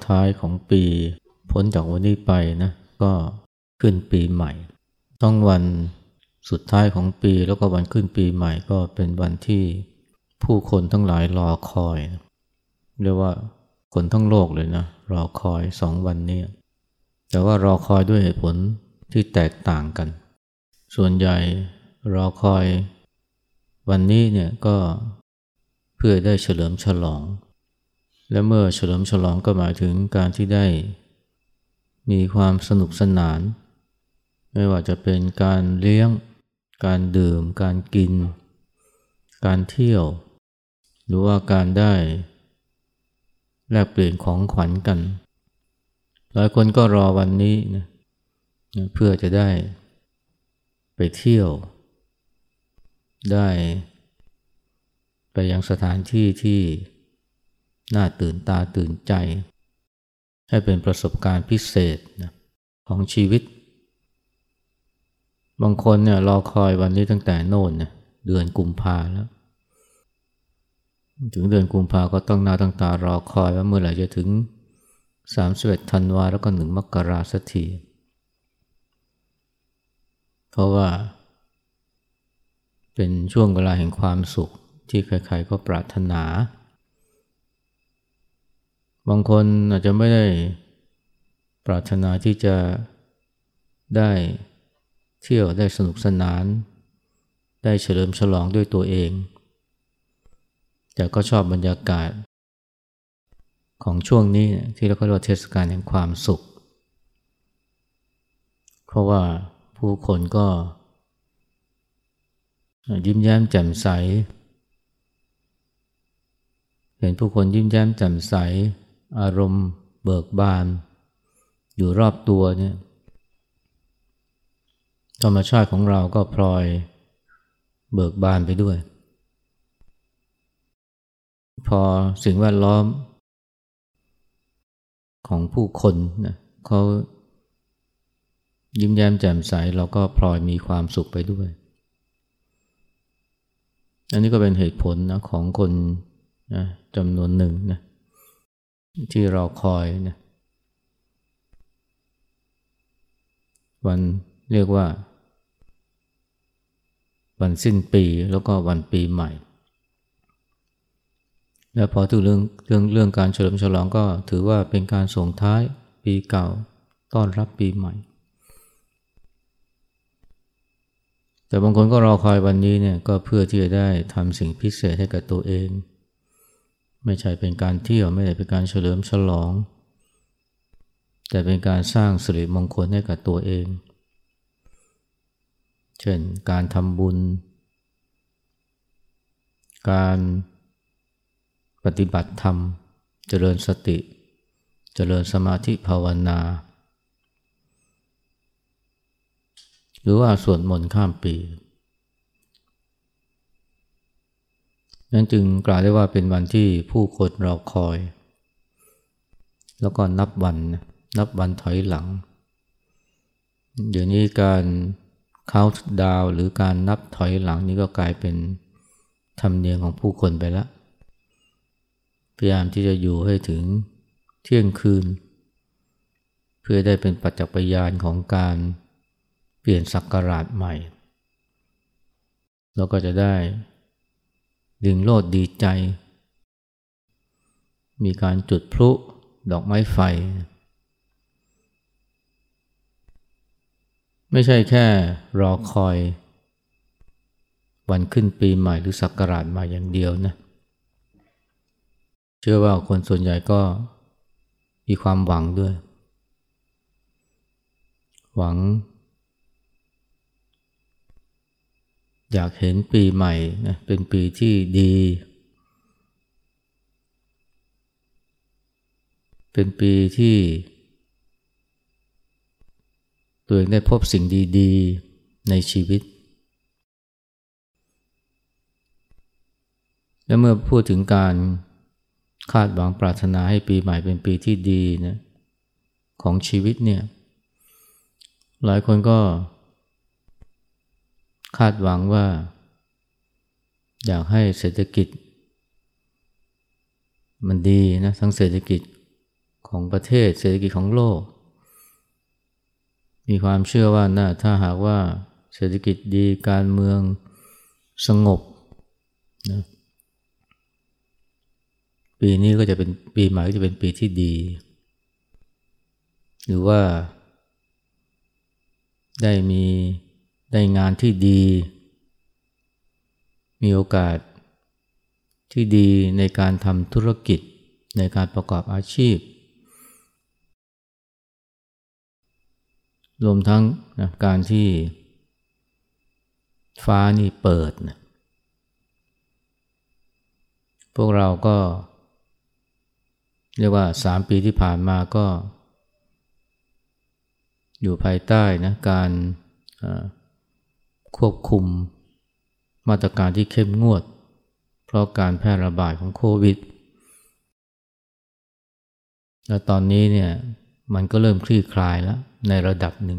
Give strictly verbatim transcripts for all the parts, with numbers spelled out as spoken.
ท้ายของปีพ้นจากวันนี้ไปนะก็ขึ้นปีใหม่ต้องวันสุดท้ายของปีแล้วก็วันขึ้นปีใหม่ก็เป็นวันที่ผู้คนทั้งหลายรอคอยเรียกว่าคนทั้งโลกเลยนะรอคอยสองวันนี้แต่ว่ารอคอยด้วยเหตุผลที่แตกต่างกันส่วนใหญ่รอคอยวันนี้เนี่ยก็เพื่อได้เฉลิมฉลองและเมื่อเฉลิมฉลองก็หมายถึงการที่ได้มีความสนุกสนานไม่ว่าจะเป็นการเลี้ยงการดื่มการกินการเที่ยวหรือว่าการได้แลกเปลี่ยนของขวัญกันหลายคนก็รอวันนี้นะเพื่อจะได้ไปเที่ยวได้ไปยังสถานที่ที่น่าตื่นตาตื่นใจให้เป็นประสบการณ์พิเศษนะของชีวิตบางคนเนี่ยรอคอยวันนี้ตั้งแต่โน่นเนี่ยเดือนกุมภาแล้วถึงเดือนกุมภาก็ต้องหน้าตั้งตารอคอยว่าเมื่อไหร่จะถึงสามสิบเอ็ดธันวาแล้วก็หนึ่งมกราสักทีเพราะว่าเป็นช่วงเวลาแห่งความสุขที่ใครๆก็ปรารถนาบางคนอาจจะไม่ได้ปรารถนาที่จะได้เที่ยวได้สนุกสนานได้เฉลิมฉลองด้วยตัวเองแต่ก็ชอบบรรยากาศของช่วงนี้ที่เราเรียกว่าเทศกาลแห่งความสุขเพราะว่าผู้คนก็ยิ้มแย้มแจ่มใสเห็นผู้คนยิ้มแย้มแจ่มใสอารมณ์เบิกบานอยู่รอบตัวเนี่ยธรรมชาติของเราก็พลอยเบิกบานไปด้วยพอสิ่งแวดล้อมของผู้คนนะเขายิ้มแย้มแจ่มใสเราก็พลอยมีความสุขไปด้วยอันนี้ก็เป็นเหตุผลนะของคนนะจำนวนหนึ่งนะที่รอคอยนะวันเรียกว่าวันสิ้นปีแล้วก็วันปีใหม่แล้วพอถึงเรื่องเรื่องเรื่องการเฉลิมฉลองก็ถือว่าเป็นการส่งท้ายปีเก่าต้อนรับปีใหม่แต่บางคนก็รอคอยวันนี้เนี่ยก็เพื่อที่จะได้ทำสิ่งพิเศษให้กับตัวเองไม่ใช่เป็นการเที่ยวไม่ใช่เป็นการเฉลิมฉลองแต่เป็นการสร้างสิริมงคลให้กับตัวเองเช่นการทำบุญการปฏิบัติธรรมเจริญสติเจริญสมาธิภาวนาหรือว่าสวดมนต์ข้ามปีนั้นจึงกล่าวได้ว่าเป็นวันที่ผู้คนรอคอยแล้วก็นับวันนับวันถอยหลังเดี๋ยวนี้การเคาน์ดาวน์หรือการนับถอยหลังนี้ก็กลายเป็นธรรมเนียมของผู้คนไปแล้วพยายามที่จะอยู่ให้ถึงเที่ยงคืนเพื่อได้เป็นปัจจักพยานของการเปลี่ยนศักราชใหม่แล้วก็จะได้ดึงโลดดีใจมีการจุดพลุดอกไม้ไฟไม่ใช่แค่รอคอยวันขึ้นปีใหม่หรือศักราชใหม่อย่างเดียวนะเชื่อว่าคนส่วนใหญ่ก็มีความหวังด้วยหวังอยากเห็นปีใหม่นะเป็นปีที่ดีเป็นปีที่ตัวเองได้พบสิ่งดีๆในชีวิตและเมื่อพูดถึงการคาดหวังปรารถนาให้ปีใหม่เป็นปีที่ดีนะของชีวิตเนี่ยหลายคนก็คาดหวังว่าอยากให้เศรษฐกิจมันดีนะทั้งเศรษฐกิจขของประเทศเศรษฐกิจของโลกมีความเชื่อว่านะถ้าหากว่าเศรษฐกิจดีการเมืองสงบนะปีนี้ก็จะเป็นปีใหม่ก็จะเป็นปีที่ดีหรือว่าได้มีได้งานที่ดีมีโอกาสที่ดีในการทำธุรกิจในการประกอบอาชีพรวมทั้งนะการที่ฟ้านี่เปิดนะพวกเราก็เรียกว่าสามปีที่ผ่านมาก็อยู่ภายใต้นะการควบคุมมาตรการที่เข้มงวดเพราะการแพร่ระบาดของโควิดแล้วตอนนี้เนี่ยมันก็เริ่มคลี่คลายแล้วในระดับหนึ่ง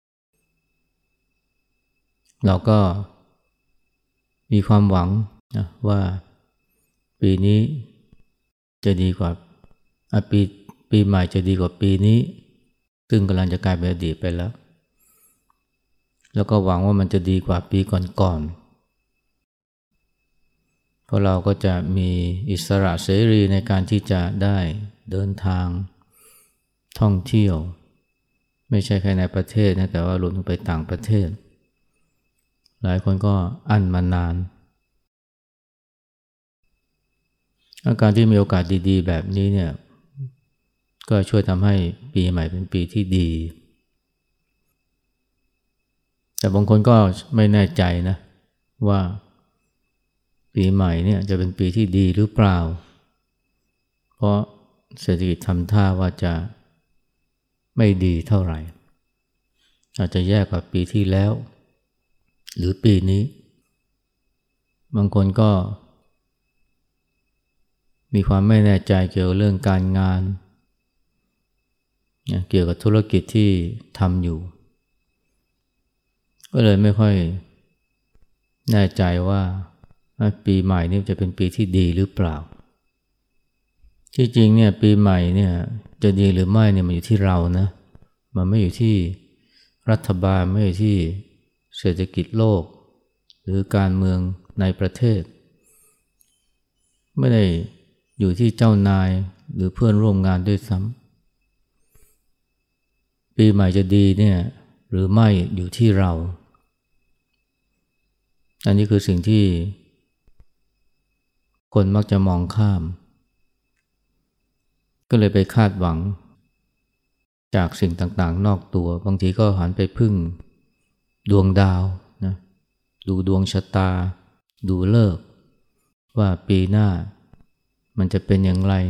เราก็มีความหวังนะว่าปีนี้จะดีกว่าปีปีใหม่จะดีกว่าปีนี้ซึ่งกำลังจะกลายเป็นอดีตไปแล้วแล้วก็หวังว่ามันจะดีกว่าปีก่อนๆเพราะเราก็จะมีอิสระเสรีในการที่จะได้เดินทางท่องเที่ยวไม่ใช่แค่ในประเทศนะแต่ว่ารวมถึงไปต่างประเทศหลายคนก็อั้นมานานอาการที่มีโอกาสดีๆแบบนี้เนี่ยก็ช่วยทำให้ปีใหม่เป็นปีที่ดีแต่บางคนก็ไม่แน่ใจนะว่าปีใหม่เนี่ยจะเป็นปีที่ดีหรือเปล่าเพราะเศรษฐกิจทำท่าว่าจะไม่ดีเท่าไหร่อาจจะแย่กว่าปีที่แล้วหรือปีนี้บางคนก็มีความไม่แน่ใจเกี่ยวกับเรื่องการงานเกี่ยวกับธุรกิจที่ทำอยู่ก็เลยไม่ค่อยแน่ใจว่าปีใหม่นี้จะเป็นปีที่ดีหรือเปล่าที่จริงเนี่ยปีใหม่เนี่ยจะดีหรือไม่เนี่ยมันอยู่ที่เรานะมันไม่อยู่ที่รัฐบาลไม่อยู่ที่เศรษฐกิจโลกหรือการเมืองในประเทศไม่ได้อยู่ที่เจ้านายหรือเพื่อนร่วมงานด้วยซ้ำปีใหม่จะดีเนี่ยหรือไม่อยู่ที่เราอันนี้คือสิ่งที่คนมักจะมองข้ามก็เลยไปคาดหวังจากสิ่งต่างๆนอกตัวบางทีก็หันไปพึ่งดวงดาวนะดูดวงชะตาดูฤกษ์ว่าปีหน้ามันจะเป็นอย่างไร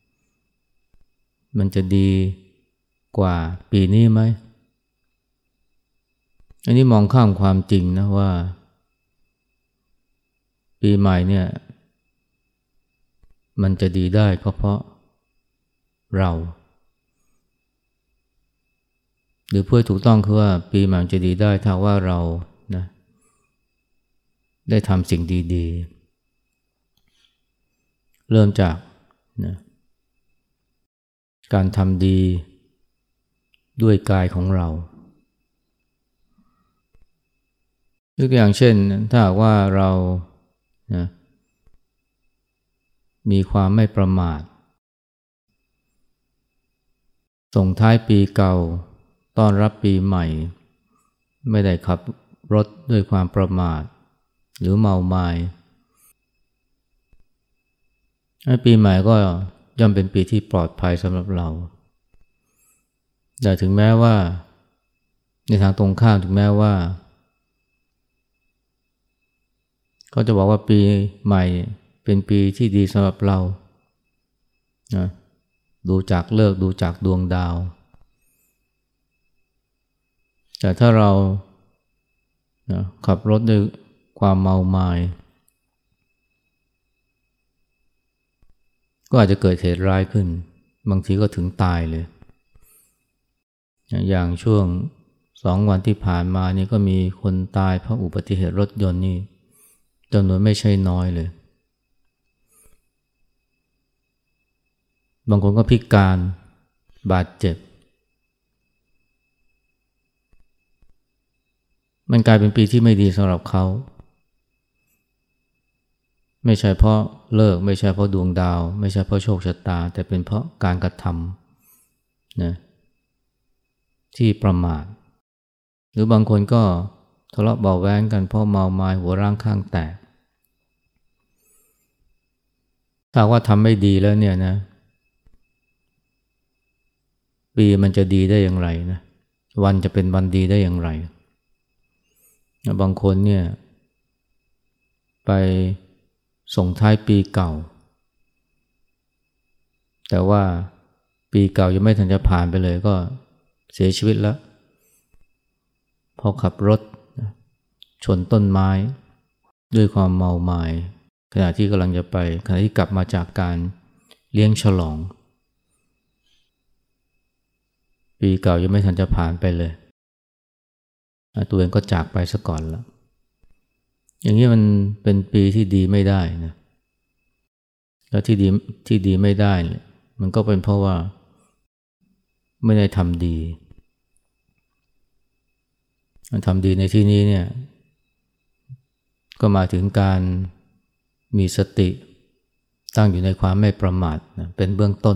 มันจะดีกว่าปีนี้ไหมอันนี้มองข้ามความจริงนะว่าปีใหม่เนี่ยมันจะดีได้ก็เพราะเราหรือเพื่อถูกต้องคือว่าปีใหม่จะดีได้ถ้าว่าเรานะได้ทำสิ่งดีๆเริ่มจากนะการทำดีด้วยกายของเรายกตัวอย่างเช่นถ้าว่าเรานะมีความไม่ประมาทส่งท้ายปีเก่าต้อนรับปีใหม่ไม่ได้ขับรถด้วยความประมาทหรือเมาไม้ปีใหม่ก็ย่อมเป็นปีที่ปลอดภัยสำหรับเราแต่ถึงแม้ว่าในทางตรงข้ามถึงแม้ว่าเขาจะบอกว่าปีใหม่เป็นปีที่ดีสำหรับเรานะดูจากฤกษ์ดูจากดวงดาวแต่ถ้าเรานะขับรถด้วยความเมาไม้ก็อาจจะเกิดเหตุร้ายขึ้นบางทีก็ถึงตายเลยอย่างช่วงสองวันที่ผ่านมานี่ก็มีคนตายเพราะอุบัติเหตุรถยนต์นี่จำนวนไม่ใช่น้อยเลยบางคนก็พิการบาดเจ็บมันกลายเป็นปีที่ไม่ดีสำหรับเขาไม่ใช่เพราะเลิกไม่ใช่เพราะดวงดาวไม่ใช่เพราะโชคชะตาแต่เป็นเพราะการกระทำนะที่ประมาทหรือบางคนก็ทะเลาะเบาะแว้งกันเพราะเมาไม้หัวร่างข้างแตกถ้าว่าทำไม่ดีแล้วเนี่ยนะปีมันจะดีได้อย่างไรนะวันจะเป็นวันดีได้อย่างไรบางคนเนี่ยไปส่งท้ายปีเก่าแต่ว่าปีเก่ายังไม่ทันจะผ่านไปเลยก็เสียชีวิตแล้วเพราะขับรถชนต้นไม้ด้วยความเมาหมายขณะที่กำลังจะไปขณะที่กลับมาจากการเลี้ยงฉลองปีเก่ายังไม่ทันจะผ่านไปเลยตัวเองก็จากไปซะก่อนแล้วอย่างนี้มันเป็นปีที่ดีไม่ได้นะแล้วที่ดีที่ดีไม่ได้เนี่ยมันก็เป็นเพราะว่าไม่ได้ทำดีทำดีในที่นี้เนี่ยก็มาถึงการมีสติตั้งอยู่ในความไม่ประมาทนะเป็นเบื้องต้น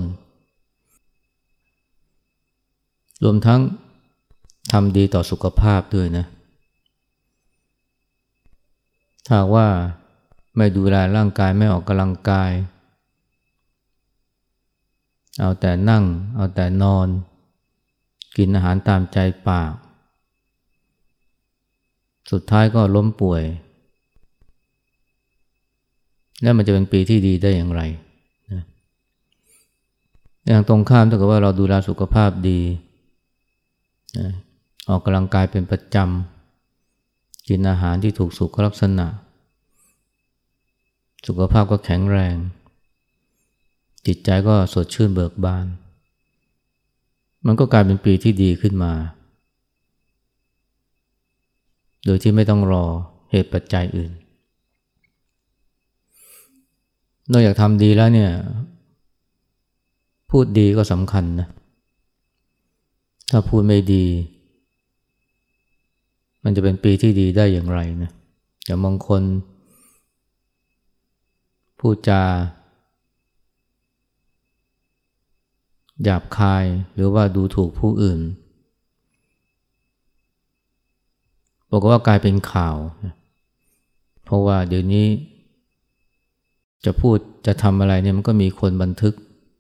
รวมทั้งทำดีต่อสุขภาพด้วยนะถ้าว่าไม่ดูแลร่างกายไม่ออกกำลังกายเอาแต่นั่งเอาแต่นอนกินอาหารตามใจปากสุดท้ายก็ล้มป่วยแล้วมันจะเป็นปีที่ดีได้อย่างไรนะอย่างตรงข้ามถ้าเกิดว่าเราดูแลสุขภาพดีนะออกกำลังกายเป็นประจำกินอาหารที่ถูกสุขลักษณะสุขภาพก็แข็งแรงจิตใจก็สดชื่นเบิกบานมันก็กลายเป็นปีที่ดีขึ้นมาโดยที่ไม่ต้องรอเหตุปัจจัยอื่นนอกจากทำดีแล้วเนี่ยพูดดีก็สำคัญนะถ้าพูดไม่ดีมันจะเป็นปีที่ดีได้อย่างไรนะอย่างบางคนพูดจาหยาบคายหรือว่าดูถูกผู้อื่นบอกว่ากลายเป็นข่าวเพราะว่าเดี๋ยวนี้จะพูดจะทำอะไรเนี่ยมันก็มีคนบันทึก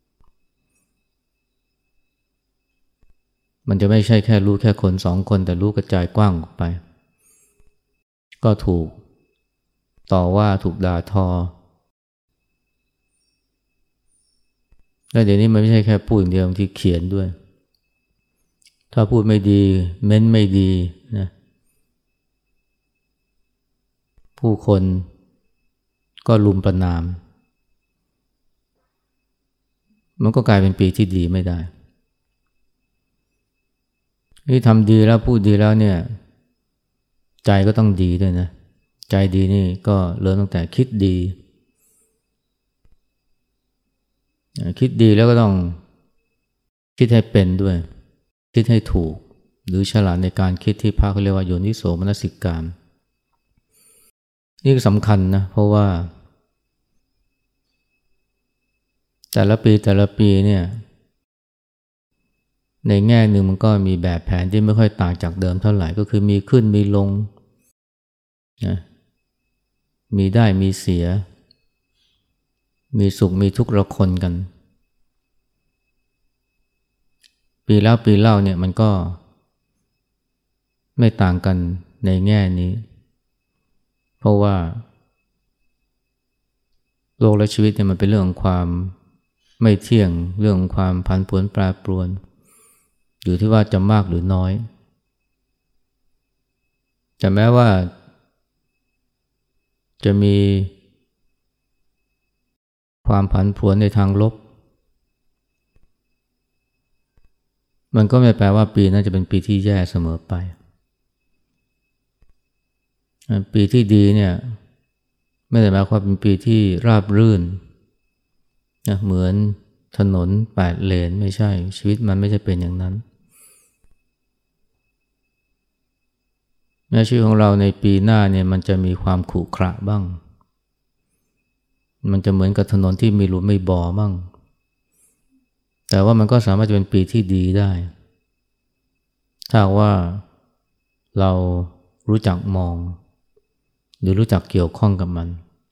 มันจะไม่ใช่แค่รู้แค่คนสองคนแต่รู้กระจายกว้างออกไปก็ถูกต่อว่าถูกด่าทอและเดี๋ยวนี้มันไม่ใช่แค่พูดอย่างเดียวที่เขียนด้วยถ้าพูดไม่ดีเม้นไม่ดีนะผู้คนก็ลุมประณามมันก็กลายเป็นปีที่ดีไม่ได้ที่ทำดีแล้วพูดดีแล้วเนี่ยใจก็ต้องดีด้วยนะใจดีนี่ก็เริ่มตั้งแต่คิดดีคิดดีแล้วก็ต้องคิดให้เป็นด้วยคิดให้ถูกหรือฉลาดในการคิดที่พระเขาเรียกว่าโยนิโสมนสิการนี่ก็สำคัญนะเพราะว่าแต่ละปีแต่ละปีเนี่ยในแง่หนึ่งมันก็มีแบบแผนที่ไม่ค่อยต่างจากเดิมเท่าไหร่ก็คือมีขึ้นมีลงนะมีได้มีเสียมีสุขมีทุกข์ระคนกันปีแล้วปีเล่าเนี่ยมันก็ไม่ต่างกันในแง่นี้เพราะว่าโลกและชีวิตเนี่ยมันเป็นเรื่องของความไม่เที่ยงเรื่องของความผันผวนแปรปรวนอยู่ที่ว่าจะมากหรือน้อยแต่แม้ว่าจะมีความผันผวนในทางลบมันก็ไม่แปลว่าปีนั้นจะเป็นปีที่แย่เสมอไปปีที่ดีเนี่ยไม่ได้หมายความเป็นปีที่ราบรื่นนะเหมือนถนนแปดเลนไม่ใช่ชีวิตมันไม่ใช่เป็นอย่างนั้นแม้ชีวิตของเราในปีหน้าเนี่ยมันจะมีความขรุขระบ้างมันจะเหมือนกับถนนที่มีหลุมมีบ่อบ้างแต่ว่ามันก็สามารถจะเป็นปีที่ดีได้ถ้าว่าเรารู้จักมองหรือรู้จักเกี่ยวข้องกับมัน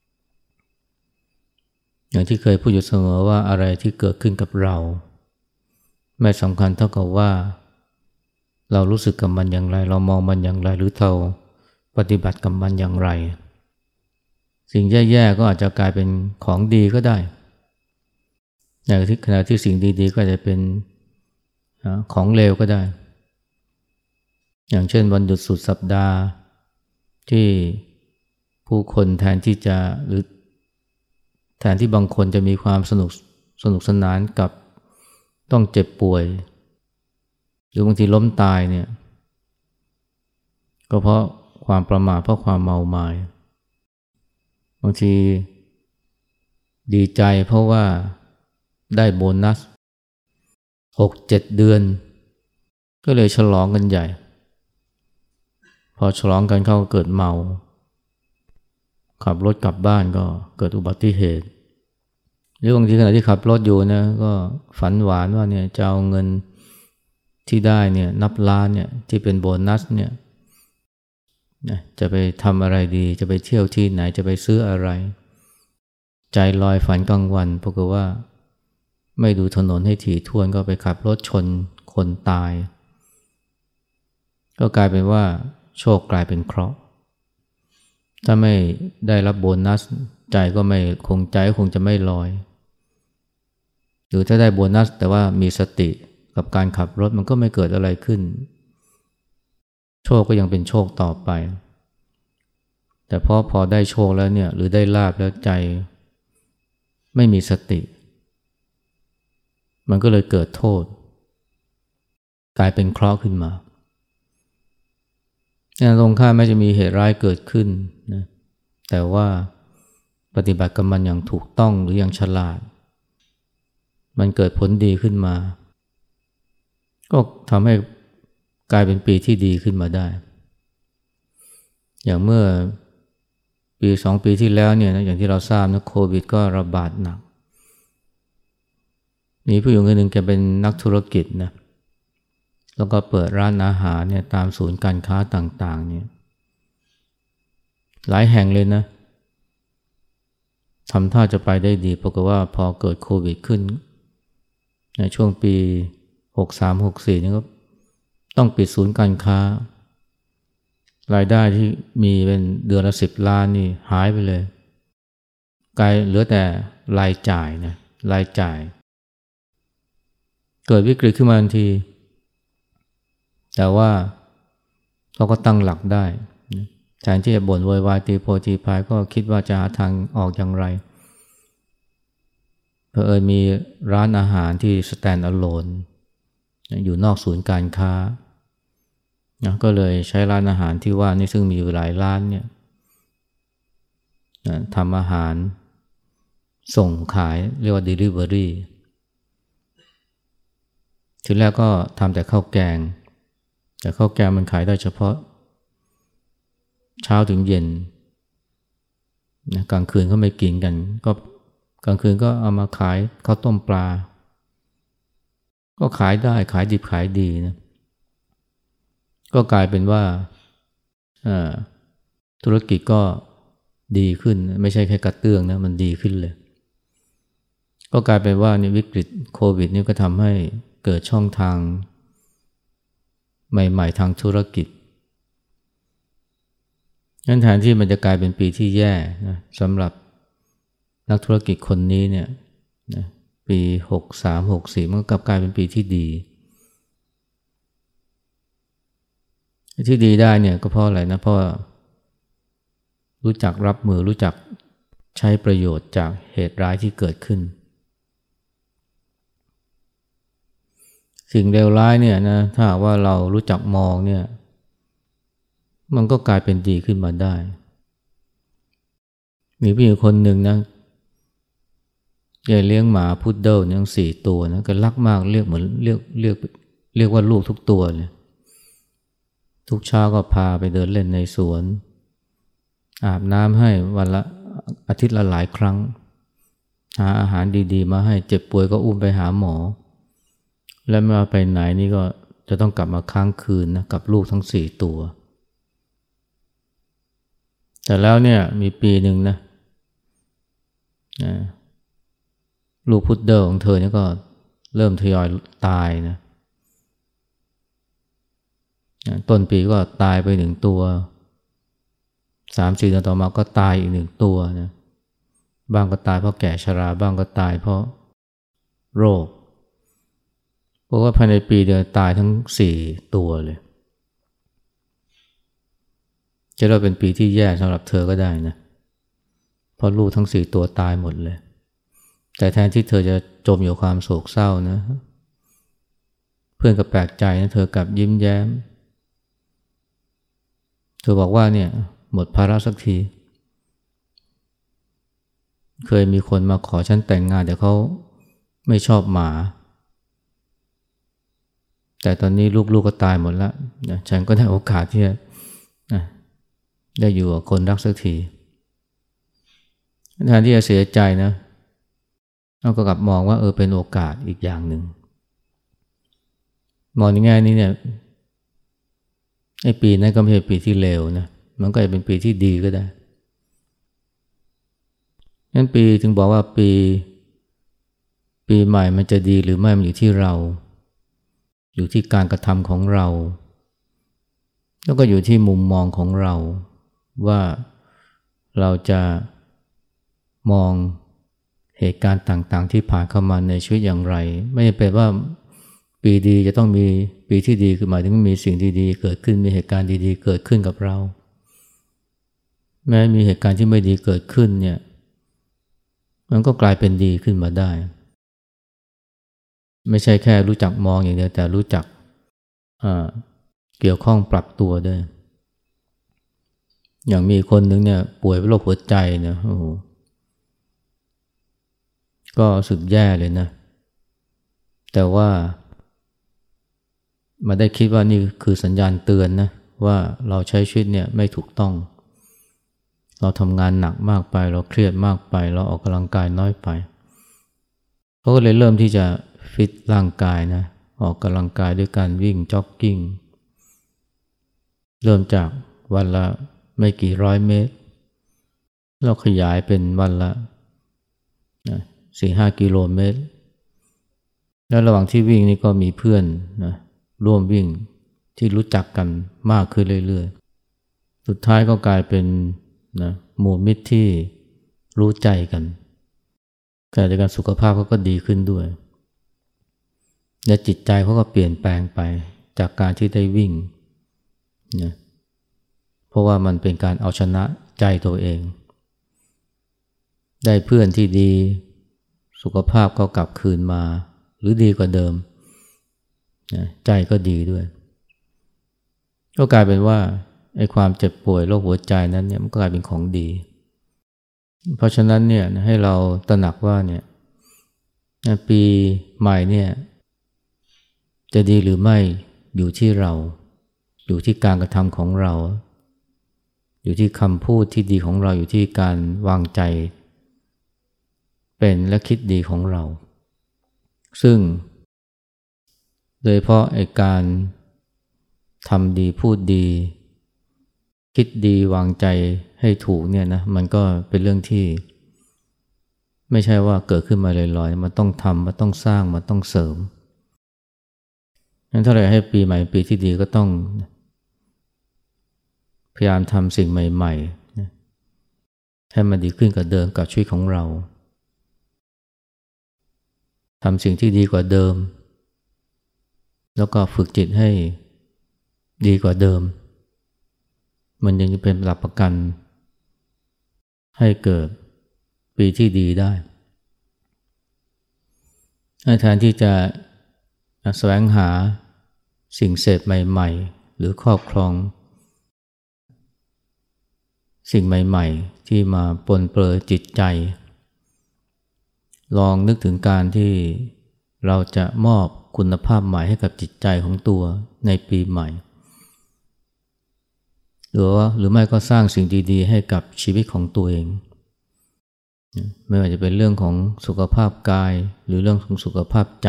อย่างที่เคยพูดอยู่เสมอว่าอะไรที่เกิดขึ้นกับเราไม่สำคัญเท่ากับว่าเรารู้สึกกับมันอย่างไรเรามองมันอย่างไรหรือเราปฏิบัติกับมันอย่างไรสิ่งแย่ๆก็อาจจะกลายเป็นของดีก็ได้อย่างที่ขณะที่สิ่งดีๆก็จะเป็นของเลวก็ได้อย่างเช่นวันหยุดสุดสัปดาห์ที่ผู้คนแทนที่จะหรือแทนที่บางคนจะมีความสนุกสนุกสนานกับต้องเจ็บป่วยหรือบางทีล้มตายเนี่ยก็เพราะความประมาทเพราะความเมาหมายบางทีดีใจเพราะว่าได้โบนัส หกเจ็ด เดือนก็เลยฉลองกันใหญ่พอฉลองกันเข้าเกิดเมาขับรถกลับบ้านก็เกิดอุบัติเหตุหรือบางทีขณะที่ขับรถอยู่นะก็ฝันหวานว่าเนี่ยจะเอาเงินที่ได้เนี่ยนับล้านเนี่ยที่เป็นโบนัสเนี่ยจะไปทำอะไรดีจะไปเที่ยวที่ไหนจะไปซื้ออะไรใจลอยฝันกลางวันปรากฏว่าไม่ดูถนนให้ถี่ถ้วนก็ไปขับรถชนคนตายก็กลายเป็นว่าโชคกลายเป็นเคราะห์ถ้าไม่ได้รับโบนัสใจก็ไม่คงใจคงจะไม่ลอยหรือถ้าได้โบนัสแต่ว่ามีสติกับการขับรถมันก็ไม่เกิดอะไรขึ้นโชคก็ยังเป็นโชคต่อไปแต่พอพอได้โชคแล้วเนี่ยหรือได้ลาภแล้วใจไม่มีสติมันก็เลยเกิดโทษกลายเป็นเคราะห์ขึ้นมาตรงข้ามแม้จะมีเหตุร้ายเกิดขึ้นนะแต่ว่าปฏิบัติกับมันอย่างถูกต้องหรืออย่างฉลาดมันเกิดผลดีขึ้นมาก็ทำให้กลายเป็นปีที่ดีขึ้นมาได้อย่างเมื่อปีสองปีที่แล้วเนี่ยนะอย่างที่เราทราบนะโควิดก็ระบาดหนักมีผู้หญิงคนหนึ่งแกเป็นนักธุรกิจนะแล้วก็เปิดร้านอาหารเนี่ยตามศูนย์การค้าต่างๆเนี่ยหลายแห่งเลยนะทำท่าจะไปได้ดีปรากฏว่าพอเกิดโควิดขึ้นในช่วงปีหกสาม หกสี่นี่ก็ต้องปิดศูนย์การค้ารายได้ที่มีเป็นเดือนละสิบล้านนี่หายไปเลยกลายเหลือแต่รายจ่ายนะรายจ่ายเกิดวิกฤตขึ้นมาทันทีแต่ว่าเขาก็ตั้งหลักได้แทนที่จะบ่นโวยวายตีโพตีพายก็คิดว่าจะหาทางออกอย่างไรเผอิญมีร้านอาหารที่ stand alone อยู่นอกศูนย์การค้านะก็เลยใช้ร้านอาหารที่ว่านี่ซึ่งมีอยู่หลายร้านเนี่ยนะทำอาหารส่งขายเรียกว่า delivery ทีแรกก็ทำแต่ข้าวแกงแต่ข้าวแกงมันขายได้เฉพาะเช้าถึงเย็นนะกลางคืนเขาไม่กินกันก็กลางคืนก็เอามาขายข้าวต้มปลาก็ขายได้ขายดิบขายดีนะก็กลายเป็นว่าธุรกิจก็ดีขึ้นไม่ใช่แค่กระเตื้องนะมันดีขึ้นเลยก็กลายเป็นว่าในวิกฤตโควิดนี่ก็ทำให้เกิดช่องทางใหม่ๆทางธุรกิจงั้นแทนที่มันจะกลายเป็นปีที่แย่นะสำหรับนักธุรกิจคนนี้เนี่ยนะปีหกสาม หกสี่มันก็กลับกลายเป็นปีที่ดีที่ดีได้เนี่ยก็เพราะอะไรนะเพราะรู้จักรับมือรู้จักใช้ประโยชน์จากเหตุร้ายที่เกิดขึ้นสิ่งเลวร้ายเนี่ยนะถ้าว่าเรารู้จักมองเนี่ยมันก็กลายเป็นดีขึ้นมาได้มีผู้หญิงคนหนึ่งนะแกเลี้ยงหมาพุดเดิ้ลเนี่ยทั้งสี่ตัวนะแกรักมากเรียกเหมือนเรียกเรียกเรียกว่าลูกทุกตัวเลยทุกเช้าก็พาไปเดินเล่นในสวนอาบน้ำให้วันละอาทิตย์ละหลายครั้งหาอาหารดีๆมาให้เจ็บป่วยก็อุ้มไปหาหมอและไม่ว่าไปไหนนี่ก็จะต้องกลับมาค้างคืนนะกับลูกทั้งสี่ตัวแต่แล้วเนี่ยมีปีหนึ่งนะนะลูกพุดเดิ้ลของเธอเนี่ยก็เริ่มทยอยตายนะต้นปีก็ตายไปหนึ่งตัวสามสี่เดือนต่อมาก็ตายอีกหนึ่งตัวนะบ้างก็ตายเพราะแก่ชราบ้างก็ตายเพราะโรคเพราะว่าภายในปีเดียวตายทั้งสี่ตัวเลยจะเรียกเป็นปีที่แย่สำหรับเธอก็ได้นะเพราะลูกทั้งสี่ตัวตายหมดเลยแต่แทนที่เธอจะจมอยู่ความโศกเศร้านะเพื่อนก็แปลกใจนะเธอกลับยิ้มแย้มเธอบอกว่าเนี่ยหมดภาระสักทีเคยมีคนมาขอฉันแต่งงานแต่เขาไม่ชอบหมาแต่ตอนนี้ลูกๆ ก, ก็ตายหมดแล้วนะฉันก็ได้โอกาสที่จะได้อยู่กับคนรักสักทีแทนที่จะเสียใจนะเราก็กลับมองว่าเออเป็นโอกาสอีกอย่างหนึ่งมองในแง่นี้เนี่ยไอ้ปีนั้นก็ไม่ใช่ปีที่เลวนะมันก็จะเป็นปีที่ดีก็ได้งั้นปีถึงบอกว่าปีปีใหม่มันจะดีหรือไม่มันอยู่ที่เราอยู่ที่การกระทำของเราแล้วก็อยู่ที่มุมมองของเราว่าเราจะมองเหตุการณ์ต่างๆที่ผ่านเข้ามาในชีวิตอย่างไรไม่ใช่ว่าปีดีจะต้องมีปีที่ดีคือหมายถึงมีสิ่งดีๆเกิดขึ้นมีเหตุการณ์ดีๆเกิดขึ้นกับเราแม้มีเหตุการณ์ที่ไม่ดีเกิดขึ้นเนี่ยมันก็กลายเป็นดีขึ้นมาได้ไม่ใช่แค่รู้จักมองอย่างเดียวแต่รู้จักเกี่ยวข้องปรับตัวด้วยอย่างมีคนหนึ่งเนี่ยป่วยเป็นโรคหัวใจเนี่ยโอ้โหก็สึกแย่เลยนะแต่ว่ามาได้คิดว่านี่คือสัญญาณเตือนนะว่าเราใช้ชีวิตเนี่ยไม่ถูกต้องเราทำงานหนักมากไปเราเครียดมากไปเราออกกำลังกายน้อยไปเขาก็เลยเริ่มที่จะฟิตร่างกายนะออกกำลังกายด้วยการวิ่งจ็อกกิ้งเริ่มจากวันละไม่กี่ร้อยเมตรเราขยายเป็นวันละสี่ห้ากิโลเมตรแล้วระหว่างที่วิ่งนี่ก็มีเพื่อนนะร่วมวิ่งที่รู้จักกันมากขึ้นเรื่อยๆสุดท้ายก็กลายเป็นนะหมู่มิตรที่รู้ใจกันการจัดการสุขภาพเขาก็ดีขึ้นด้วยและจิตใจเขาก็เปลี่ยนแปลงไปจากการที่ได้วิ่งนะเพราะว่ามันเป็นการเอาชนะใจตัวเองได้เพื่อนที่ดีสุขภาพก็กลับคืนมาหรือดีกว่าเดิมนะใจก็ดีด้วยก็กลายเป็นว่าไอ้ความเจ็บป่วยโรคหัวใจนั้นเนี่ยมันก็กลายเป็นของดีเพราะฉะนั้นเนี่ยให้เราตระหนักว่าเนี่ยปีใหม่เนี่ยจะดีหรือไม่อยู่ที่เราอยู่ที่การกระทำของเราอยู่ที่คำพูดที่ดีของเราอยู่ที่การวางใจเป็นและคิดดีของเราซึ่งโดยเพราะไอ้การทำดีพูดดีคิดดีวางใจให้ถูกเนี่ยนะมันก็เป็นเรื่องที่ไม่ใช่ว่าเกิดขึ้นมาลอยๆมันต้องทำมันต้องสร้างมันต้องเสริมงั้นถ้าเราให้ปีใหม่ปีที่ดีก็ต้องพยายามทำสิ่งใหม่ๆนะให้มันดีขึ้นกว่าเดิมกับชีวิตของเราทำสิ่งที่ดีกว่าเดิมแล้วก็ฝึกจิตให้ดีกว่าเดิมมันยังจะเป็นหลักประกันให้เกิดปีที่ดีได้แทนที่จะแสวงหาสิ่งเสพใหม่ๆหรือครอบครองสิ่งใหม่ๆที่มาปลนเปื้อนจิตใจลองนึกถึงการที่เราจะมอบคุณภาพใหม่ให้กับจิตใจของตัวในปีใหม่หรือว่าหรือไม่ก็สร้างสิ่งดีๆให้กับชีวิตของตัวเองไม่ว่าจะเป็นเรื่องของสุขภาพกายหรือเรื่องของสุขภาพใจ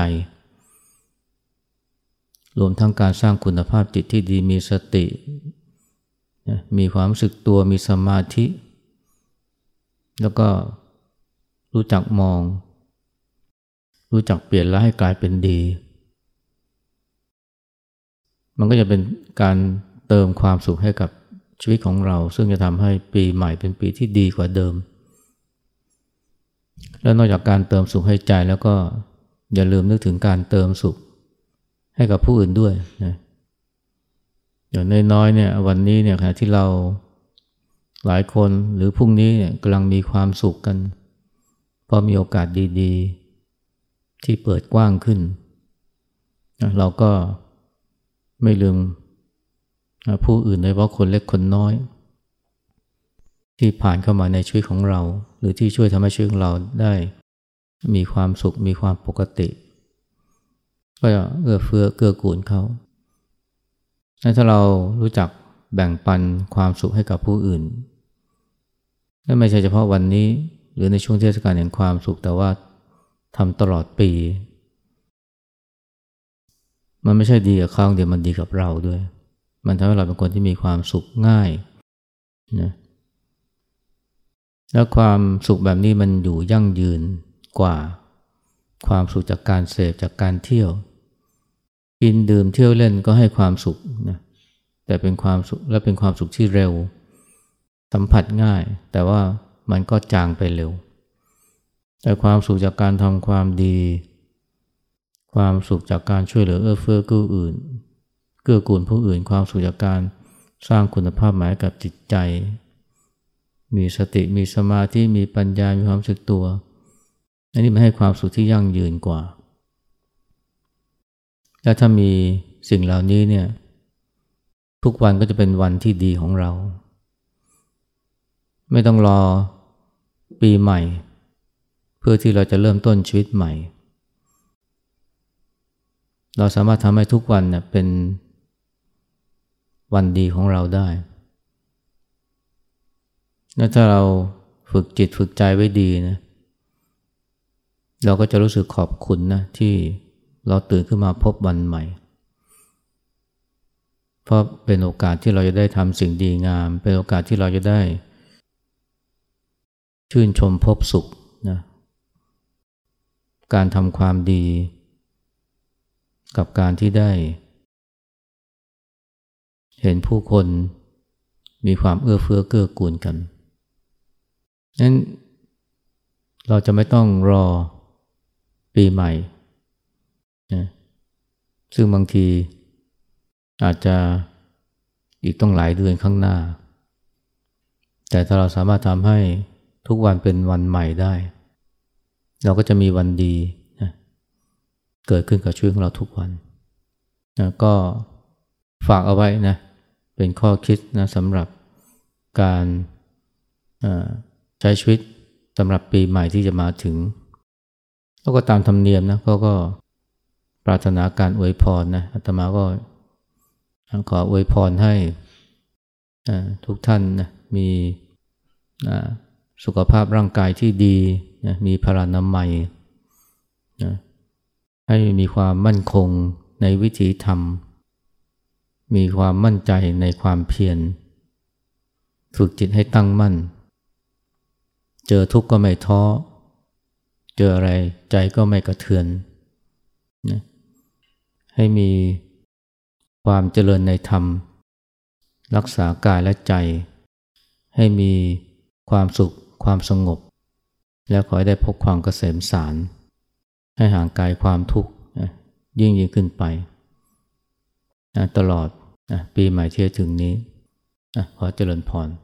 รวมทั้งการสร้างคุณภาพจิตที่ดีมีสติมีความรู้สึกตัวมีสมาธิแล้วก็รู้จักมองรู้จักเปลี่ยนร้ายให้กลายเป็นดีมันก็จะเป็นการเติมความสุขให้กับชีวิตของเราซึ่งจะทำให้ปีใหม่เป็นปีที่ดีกว่าเดิมแล้วนอกจากการเติมสุขให้ใจแล้วก็อย่าลืมนึกถึงการเติมสุขให้กับผู้อื่นด้วยนะอย่างน้อยๆเนี่ยวันนี้เนี่ยขณะที่เราหลายคนหรือพรุ่งนี้เนี่ยกำลังมีความสุขกันเพราะมีโอกาสดีๆที่เปิดกว้างขึ้นเราก็ไม่ลืมผู้อื่นโดยเฉพาะคนเล็กคนน้อยที่ผ่านเข้ามาในชีวิตของเราหรือที่ช่วยทำให้ชีวิตของเราได้มีความสุขมีความปกติก็เอื้อเฟื้อเกื้อกูลเขาถ้าเรารู้จักแบ่งปันความสุขให้กับผู้อื่นและไม่ใช่เฉพาะวันนี้หรือในช่วงเทศกาลแห่งความสุขแต่ว่าทำตลอดปีมันไม่ใช่ดีกับเขาเดี๋ยวมันดีกับเราด้วยมันทำให้เราเป็นคนที่มีความสุขง่ายนะแล้วความสุขแบบนี้มันอยู่ยั่งยืนกว่าความสุขจากการเสพจากการเที่ยวกินดื่มเที่ยวเล่นก็ให้ความสุขนะแต่เป็นความสุขและเป็นความสุขที่เร็วสัมผัสง่ายแต่ว่ามันก็จางไปเร็วแต่ความสุขจากการทำความดีความสุขจากการช่วยเหลือเอื้อเฟื้อเกื้ออื่นเกื้อกูลผู้อื่นความสุขจากการสร้างคุณภาพหมายกับจิตใจมีสติมีสมาธิมีปัญญามีความรู้สึกตัวอันนี้มันให้ความสุขที่ยั่งยืนกว่าและถ้ามีสิ่งเหล่านี้เนี่ยทุกวันก็จะเป็นวันที่ดีของเราไม่ต้องรอปีใหม่เพื่อที่เราจะเริ่มต้นชีวิตใหม่เราสามารถทำให้ทุกวันเนี่ยเป็นวันดีของเราได้และถ้าเราฝึกจิตฝึกใจไว้ดีนะเราก็จะรู้สึกขอบคุณนะที่เราตื่นขึ้นมาพบวันใหม่เพราะเป็นโอกาสที่เราจะได้ทำสิ่งดีงามเป็นโอกาสที่เราจะได้ชื่นชมพบสุขนะการทำความดีกับการที่ได้เห็นผู้คนมีความเอื้อเฟื้อเกื้อกูลกันนั้นเราจะไม่ต้องรอปีใหม่นะซึ่งบางทีอาจจะอีกต้องหลายเดือนข้างหน้าแต่ถ้าเราสามารถทำให้ทุกวันเป็นวันใหม่ได้เราก็จะมีวันดีนะเกิดขึ้นกับชีวิตของเราทุกวันนะก็ฝากเอาไว้นะเป็นข้อคิดนะสำหรับการใช้ชีวิตสำหรับปีใหม่ที่จะมาถึงแล้วก็ตามธรรมเนียมนะเขาก็ปรารถนาการอวยพรนะอาตมาก็ขออวยพรให้ทุกท่านนะมีสุขภาพร่างกายที่ดีนะมีพลานามัยนะให้มีความมั่นคงในวิถีธรรมมีความมั่นใจในความเพียรฝึกจิตให้ตั้งมั่นเจอทุกข์ก็ไม่ท้อเจออะไรใจก็ไม่กระเทือนนะให้มีความเจริญในธรรมรักษากายและใจให้มีความสุขความสงบแล้วขอให้ได้พบความเกษมสารให้ห่างไกลความทุกข์ยิ่งยิ่งขึ้นไปตลอดปีใหม่ที่จะถึงนี้ขอเจริญพร